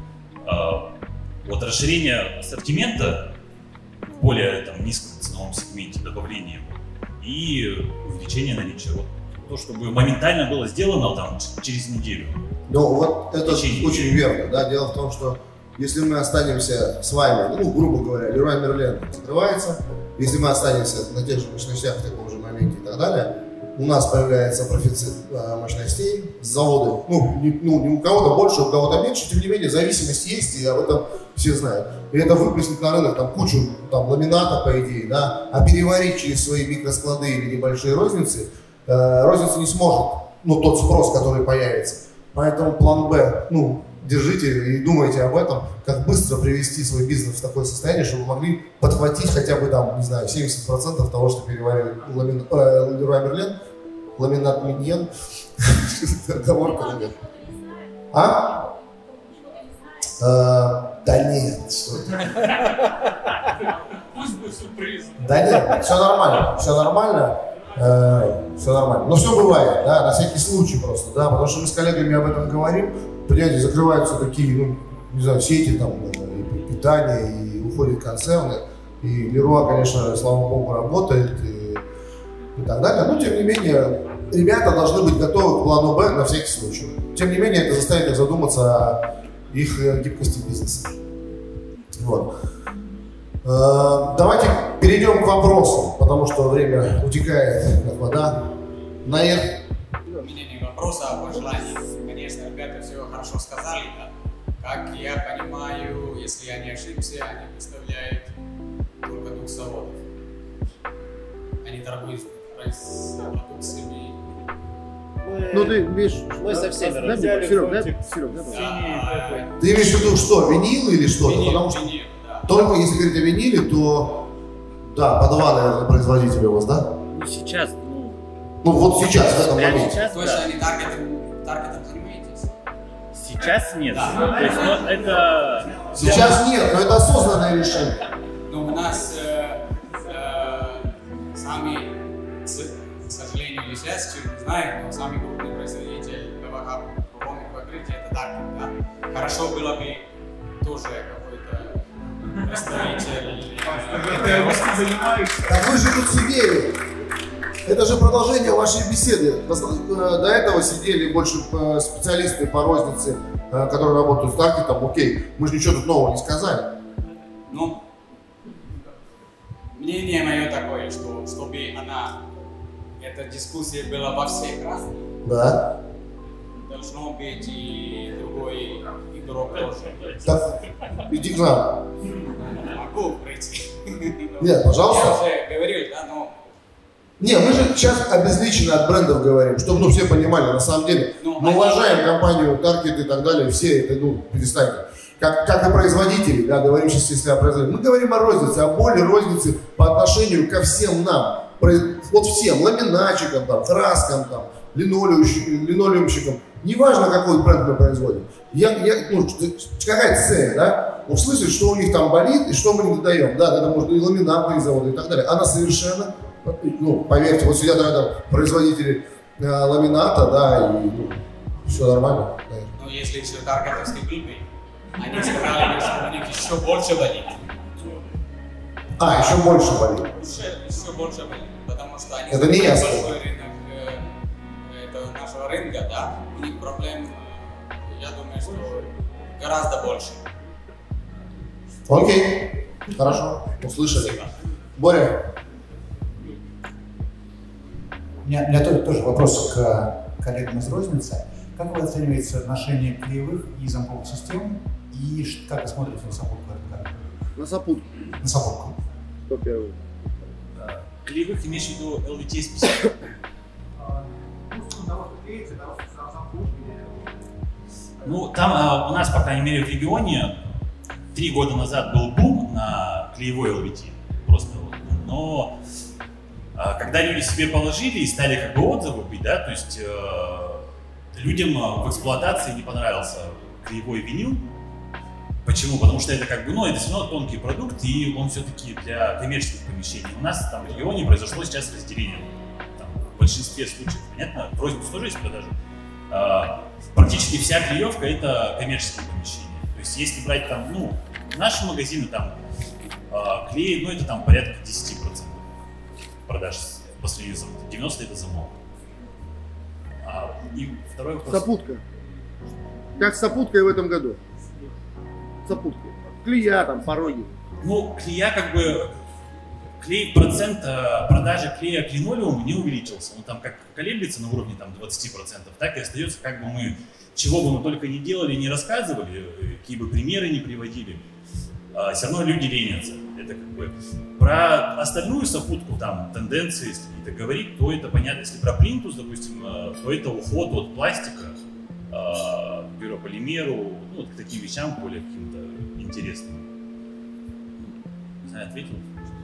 D: Вот расширение ассортимента в более там, низком ценовом сегменте, добавление и увеличение наличия. Вот то, чтобы моментально было сделано там, через неделю.
A: Ну вот это очень верно. Да? Дело в том, что если мы останемся с вами, ну, грубо говоря, Леруа Мерлен закрывается, если мы останемся на тех же мощностях в таком же моменте и так далее, у нас появляется профицит мощностей с завода. Ну, не у кого-то больше, у кого-то меньше, тем не менее, зависимость есть, и об этом все знают. И это выплеснет на рынок там, кучу там, ламината, по идее, да, а переварить через свои микросклады или небольшие розницы, розница не сможет, ну, тот спрос, который появится. Поэтому план Б, ну, держите и думайте об этом, как быстро привести свой бизнес в такое состояние, чтобы вы могли подхватить хотя бы там, не знаю, 70% того, что переварил Леруа Мерлен, ламинат Миньен. Оговорка, наверное. А? Да нет, что ты. Да нет, все нормально, все нормально. Все нормально. Но все бывает, да, на всякий случай просто, да, потому что мы с коллегами об этом говорим. Понимаете, закрываются такие, ну, не знаю, сети там, и питания, и уходят концерны. И Леруа, конечно, слава богу, работает и так далее. Но, тем не менее, ребята должны быть готовы к плану Б на всякий случай. Тем не менее, это заставит их задуматься о их гибкости бизнеса. Вот. Давайте перейдем к вопросу, потому что время утекает, как вода. Наир.
E: У меня не вопрос, а пожелание. Конечно, ребята все хорошо сказали, да? Как я понимаю, если я не ошибся, они представляют только 2 заводов. Они торгуют с продукциями.
A: Ну ты имеешь...
F: Мы со всеми
A: разделяем. Серег, ты имеешь в виду что, винил или что-то?
E: Винил,
A: Потому что
E: винил, да.
A: только если говорить о виниле, то да, по 2, наверное, производителя у вас, да?
F: Ну сейчас,
A: Ну вот сейчас, в этом моменте.
F: сейчас,
E: То есть
F: да.
E: они таргетом занимаетесь?
F: Сейчас нет.
E: Да.
F: То есть, ну, это...
A: Сейчас нет, но это осознанное решение.
E: Но у нас сами, к сожалению, или счастью, не знаю, но самый крупный производитель ПВХ рулонных покрытий это Даркин, да? Хорошо было бы тоже какой-то представитель.
A: Так вы же тут сидели. Это же продолжение вашей беседы. До этого сидели больше специалисты по рознице, которые работают с таргетом. Окей, мы же ничего тут нового не сказали.
E: Ну, мнение мое такое, что чтобы эта дискуссия была во всех разных,
A: Да.
E: должно быть и другой игрок тоже.
A: Так, иди к нам.
E: Могу прийти.
A: Нет, пожалуйста.
E: Я уже говорил, да, но
A: Не, мы же сейчас обезличенно от брендов говорим, чтобы все понимали, на самом деле. Мы уважаем компанию Target и так далее, все это, перестаньте. Как и производители, да, говорим сейчас, если о производителях. Мы говорим о рознице, о боли розницы по отношению ко всем нам. Вот всем, ламинатчикам, там, краскам, там, линолеумщикам. Неважно, какой бренд мы производим. Какая цель, да? В смысле, что у них там болит и что мы им даем. Да, это может и ламинатные заводы и так далее. Она совершенно, поверьте, вот сидят рядом производители ламината, да, и все нормально. Да.
E: Ну, если все таргетовский выбор, они сказали, что у них еще больше болит.
A: Еще больше болит.
E: Еще больше болит, потому что они
A: это не я
E: большой рынок нашего рынка, да, у них проблем, я думаю, что гораздо больше.
A: Окей, хорошо, услышали.
E: Спасибо.
A: Боря.
G: У меня тоже вопрос к коллегам из розницы. Как вы оцениваете соотношение клеевых и замковых систем и как вы смотрите на сопутку?
A: На сопутку.
G: На сопутку.
A: Кто первый?
D: Клеевых имеешь в виду LVT специально? Ну, там у нас, по крайней мере, в регионе 3 года назад был бум на клеевой LVT. Просто вот. Но когда люди себе положили и стали как бы отзывы бить, да, то есть людям в эксплуатации не понравился клеевой винил. Почему? Потому что это как бы, это все равно тонкий продукт, и он все-таки для коммерческих помещений. У нас там в регионе произошло сейчас разделение. Там, в большинстве случаев, понятно, в розницу тоже есть продажи. Практически вся клеевка — это коммерческие помещения. То есть если брать там, наши магазины, там клей, это там порядка 10% продаж по сравнению с 90% это замок. И второй вопрос.
A: Сопутка. Как с сопуткой в этом году? Сопутки. Клея, там, пороги.
D: Клея клей, процент продажи клея к линолеуму не увеличился. Он там как колеблется на уровне 20%, так и остается, как бы мы, чего бы мы только не делали, не рассказывали, какие бы примеры не приводили, все равно люди ленятся. Это как бы про остальную сопутку, там, тенденции, если какие-то говорить, то это понятно. Если про плинтус, допустим, то это уход от пластика к пирополимеру, к таким вещам более каким-то интересным. Не знаю, ответил?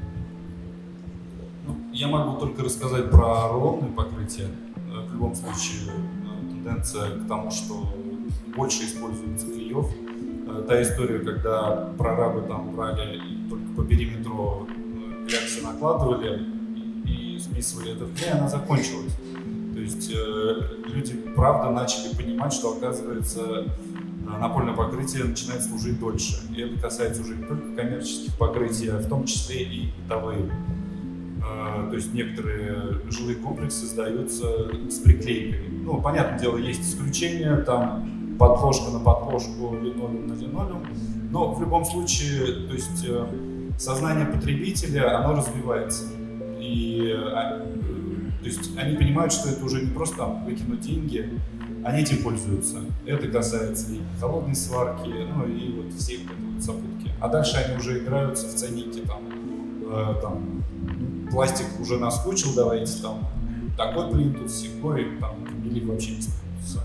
B: Я могу только рассказать про рулонные покрытия. В любом случае, тенденция к тому, что больше используется клеев. Та история, когда прорабы там брали и только по периметру кляксы накладывали и списывали этот клей, она закончилась. То есть люди правда начали понимать, что, оказывается, напольное покрытие начинает служить дольше. И это касается уже не только коммерческих покрытий, а в том числе и бытовые. То есть некоторые жилые комплексы сдаются с приклейкой. Понятное дело, есть исключения, там подложка на подложку, линолеум на линолеум. Но в любом случае, то есть сознание потребителя, оно развивается. И то есть они понимают, что это уже не просто выкинуть деньги, они этим пользуются. Это касается и холодной сварки, и вот всей вот сопутки. А дальше они уже играются в ценнике, там пластик уже наскучил, давайте там такой плинтус, секой, или вообще не используется.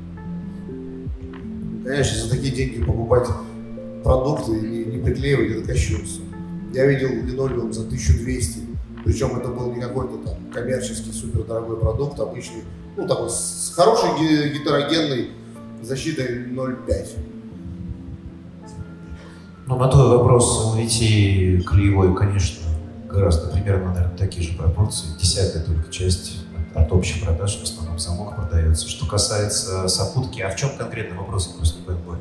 A: Конечно, за такие деньги покупать продукты и не приклеивать, это кощунство. Я видел линолеум за 1200, причем это был не какой-то там коммерческий супердорогой продукт, обычный, такой с хорошей гетерогенной защитой 0,5.
C: На твой вопрос, LVT клеевой, конечно, гораздо примерно, наверное, такие же пропорции. 10% только часть от общих продаж, в основном замок продается. Что касается сопутки, а в чем конкретно вопрос, просто не понимаю?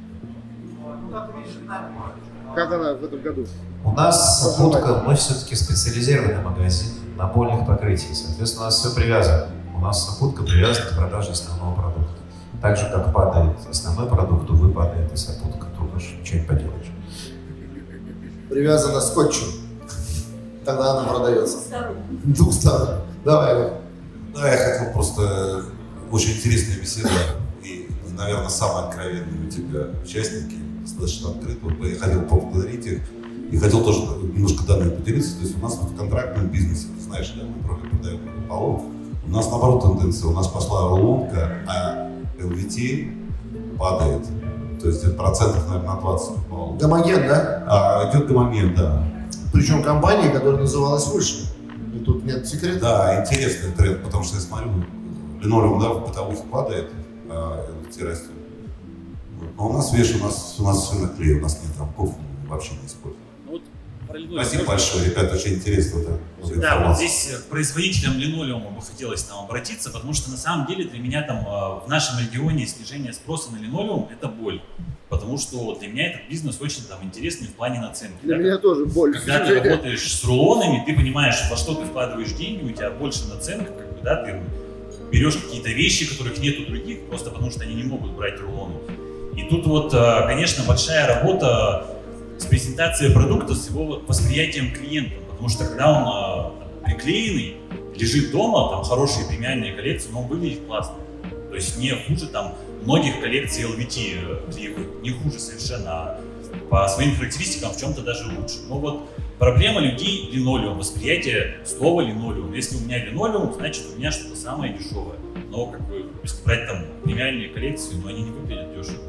A: Как она в этом году?
C: У нас сопутка, мы все-таки специализированный магазин напольных покрытий. Соответственно, у нас все привязано. У нас сопутка привязана к продаже основного продукта. Так же, как падает основной продукт, увы, падает и сопутка. Тут уж ничего не поделаешь.
A: Привязана скотчем. Тогда она продается. Двухсторонне. Давай.
H: Да, я хотел просто... Очень интересная беседа. И, наверное, самые откровенные у тебя участники. Достаточно открыто. Я хотел поблагодарить их. И хотел тоже немножко данными поделиться. То есть у нас в контрактном бизнесе, ты знаешь, да, мы продаем полов. У нас наоборот тенденция, у нас пошла рулонка, а LVT падает. То есть это процентов, наверное, на 20 упало.
A: Гомоген, да?
H: Идет гомоген, да.
A: Причем компания, которая называлась выше. И тут нет секрета.
H: Да, интересный тренд, потому что я смотрю, линолеум, да, в бытовухе падает, а LVT растет. Но у нас, видишь, у нас все на клей, у нас нет рамков, мы вообще не используем. Спасибо большое, ребята, очень интересно, да.
D: Да, вот здесь к производителям линолеума бы хотелось нам обратиться, потому что на самом деле для меня там в нашем регионе снижение спроса на линолеум – это боль. Потому что для меня этот бизнес очень там интересный в плане наценки.
A: Для меня тоже боль.
D: Когда ты работаешь с рулонами, ты понимаешь, во что ты вкладываешь деньги, у тебя больше наценка, как бы, да, ты берешь какие-то вещи, которых нет у других, просто потому что они не могут брать рулоны. И тут вот, конечно, большая работа с презентацией продукта, с его восприятием клиентом, потому что когда он приклеенный, лежит дома, там хорошие премиальные коллекции, но он выглядит классно. То есть не хуже там многих коллекций LVT клеевых, не хуже совершенно, а по своим характеристикам в чем-то даже лучше. Но вот проблема людей линолеум, восприятие слова линолеум. Если у меня линолеум, значит у меня что-то самое дешевое. Но как бы, если брать там премиальные коллекции, но они не выглядят дешево.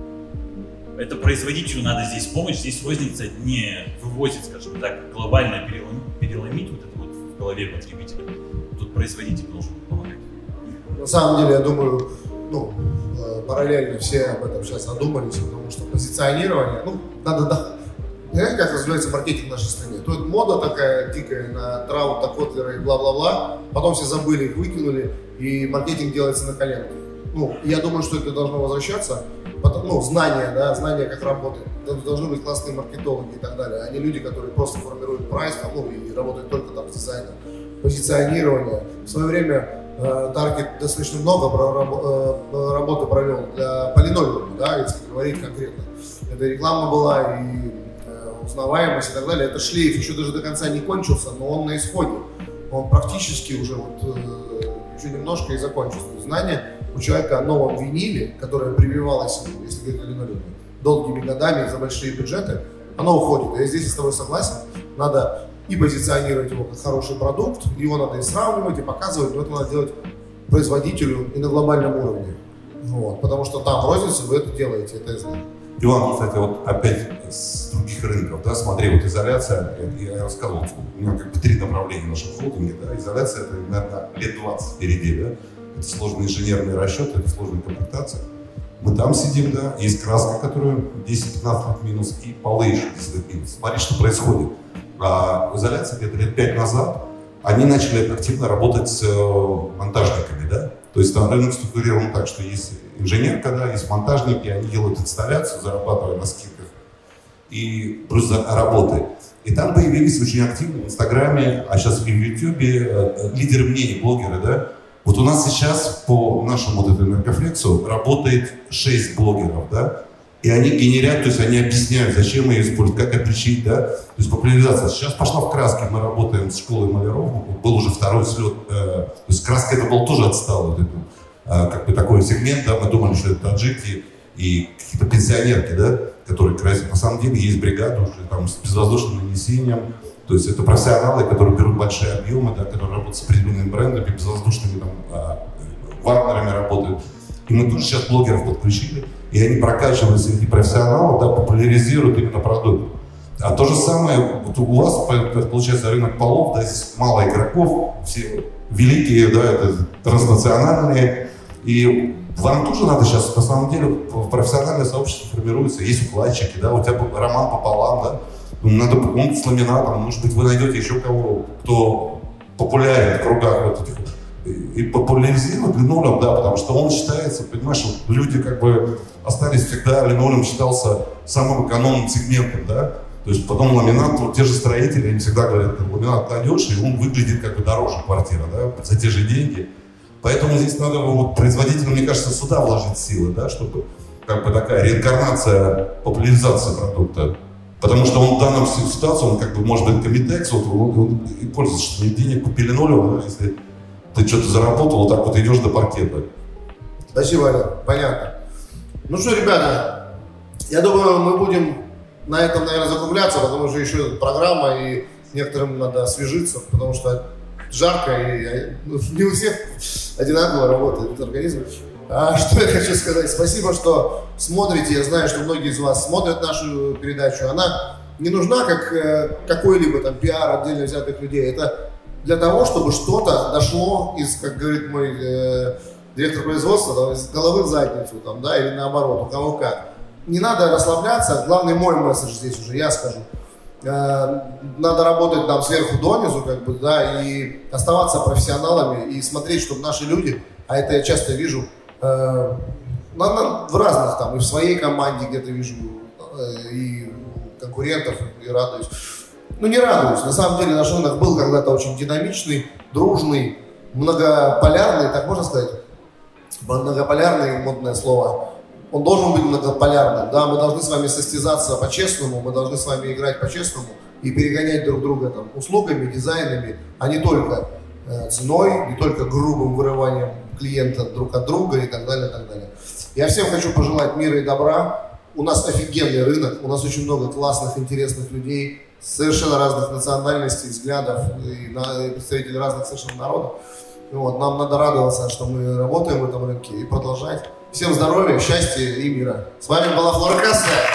D: Это производителю надо здесь помочь, здесь розница не вывозит, скажем так, глобально переломить вот это вот в голове потребителя. Тут производитель должен помогать.
A: На самом деле, я думаю, параллельно все об этом сейчас задумались, потому что позиционирование, надо, знаете, как развивается маркетинг в нашей стране? Тут мода такая дикая на Траута, Котлера и бла-бла-бла, потом все забыли, их выкинули, и маркетинг делается на коленке. Я думаю, что это должно возвращаться. Знания, как работать. Должны быть классные маркетологи и так далее, а не люди, которые просто формируют прайс и работают только там с дизайном. Позиционирование. В свое время Target достаточно много работы провел по линолеуму, да, если говорить конкретно. Это реклама была и узнаваемость и так далее. Это шлейф еще даже до конца не кончился, но он на исходе. Он практически уже еще немножко и закончился. Знание у человека о новом виниле, которое прививалось, если говорить о линолеуме, долгими годами за большие бюджеты, оно уходит. Я здесь с тобой согласен. Надо и позиционировать его как хороший продукт, его надо и сравнивать, и показывать, но это надо делать производителю и на глобальном уровне. Потому что там розница, вы это делаете, это я знаю.
H: Иван, кстати, вот опять с других рынков, да, смотри, вот изоляция, я рассказывал, у меня как бы 3 направления в нашем холдинге, да, изоляция это, наверное, лет 20 впереди, да, это сложный инженерный расчет, это сложная комплектация. Мы там сидим, да, есть краска, которая 10-15 лет минус, и полы еще 10 лет минус. Смотри, что происходит. А в изоляции где-то лет 5 назад они начали активно работать с монтажниками, да, то есть там рынок структурирован так, что есть инженерка, да, есть монтажники, они делают инсталляцию, зарабатывая на скидках и плюс работы. И там появились очень активно в Инстаграме, а сейчас и в Ютубе лидеры мнений, блогеры, да. Вот у нас сейчас по нашему вот этому Энергофлексу работает 6 блогеров, да, и они генерят, то есть они объясняют, зачем ее используют, как отличить, да, то есть популяризация. Сейчас пошла в краске, мы работаем с школой маляров, был уже второй слет, то есть краска это был тоже отсталый, вот как бы такой сегмент, да, мы думали, что это таджики и какие-то пенсионерки, да, которые красят. На самом деле есть бригада уже там с безвоздушным нанесением, то есть это профессионалы, которые берут большие объемы, да, которые работают с определенными брендами, безвоздушными там, вагнерами работают. И мы тоже сейчас блогеров подключили, и они прокачивают среди профессионалов, да, популяризируют именно продукт. А то же самое, вот у вас, получается, рынок полов, да, здесь мало игроков, все великие, да, это транснациональные, и вам тоже надо сейчас, на самом деле, профессиональное сообщество формируется, есть укладчики, да, у тебя роман пополам, да, надо он с ламинатом, может быть, вы найдете еще кого, кто популярен в кругах вот этих, и популяризировать линолеум, да, потому что он считается, понимаешь, вот люди как бы остались всегда, линолеум считался самым экономным сегментом, да, то есть потом ламинат, вот те же строители, они всегда говорят, ламинат кладешь, и он выглядит как бы дороже квартира, да, за те же деньги. Поэтому здесь надо вот производителям, мне кажется, сюда вложить силы, да, чтобы как бы такая реинкарнация, популяризация продукта. Потому что он в данном ситуации, он как бы может быть комитекс, вот он и пользуется, что нет денег, купили линолеум, да, если ты что-то заработал, вот так вот идешь до паркета.
A: Спасибо, Олег, понятно. Ну что, ребята, я думаю, мы будем на этом, наверное, закругляться, потому что еще программа, и некоторым надо освежиться, потому что жарко, и не у всех одинаково работает организм. Что я хочу сказать? Спасибо, что смотрите. Я знаю, что многие из вас смотрят нашу передачу. Она не нужна как какой-либо там пиар отдельно взятых людей. Это для того, чтобы что-то дошло из, как говорит мой директор производства, там, из головы в задницу, там, да, или наоборот, у кого как. Не надо расслабляться. Главный мой месседж здесь уже, я скажу. Надо работать там сверху донизу, как бы, да, и оставаться профессионалами, и смотреть, чтобы наши люди, а это я часто вижу, в разных там, и в своей команде где-то вижу, и конкурентов, и радуюсь. Ну, не радуюсь. На самом деле наш рынок был когда-то очень динамичный, дружный, многополярный, так можно сказать? Многополярный, модное слово. Он должен быть многополярным, да, мы должны с вами состязаться по-честному, мы должны с вами играть по-честному и перегонять друг друга там услугами, дизайнами, а не только ценой, не только грубым вырыванием клиента друг от друга и так далее, и так далее. Я всем хочу пожелать мира и добра. У нас офигенный рынок, у нас очень много классных, интересных людей, совершенно разных национальностей, взглядов и представителей разных совершенно народов. Вот, нам надо радоваться, что мы работаем в этом рынке и продолжать. Всем здоровья, счастья и мира. С вами была Флора Касса.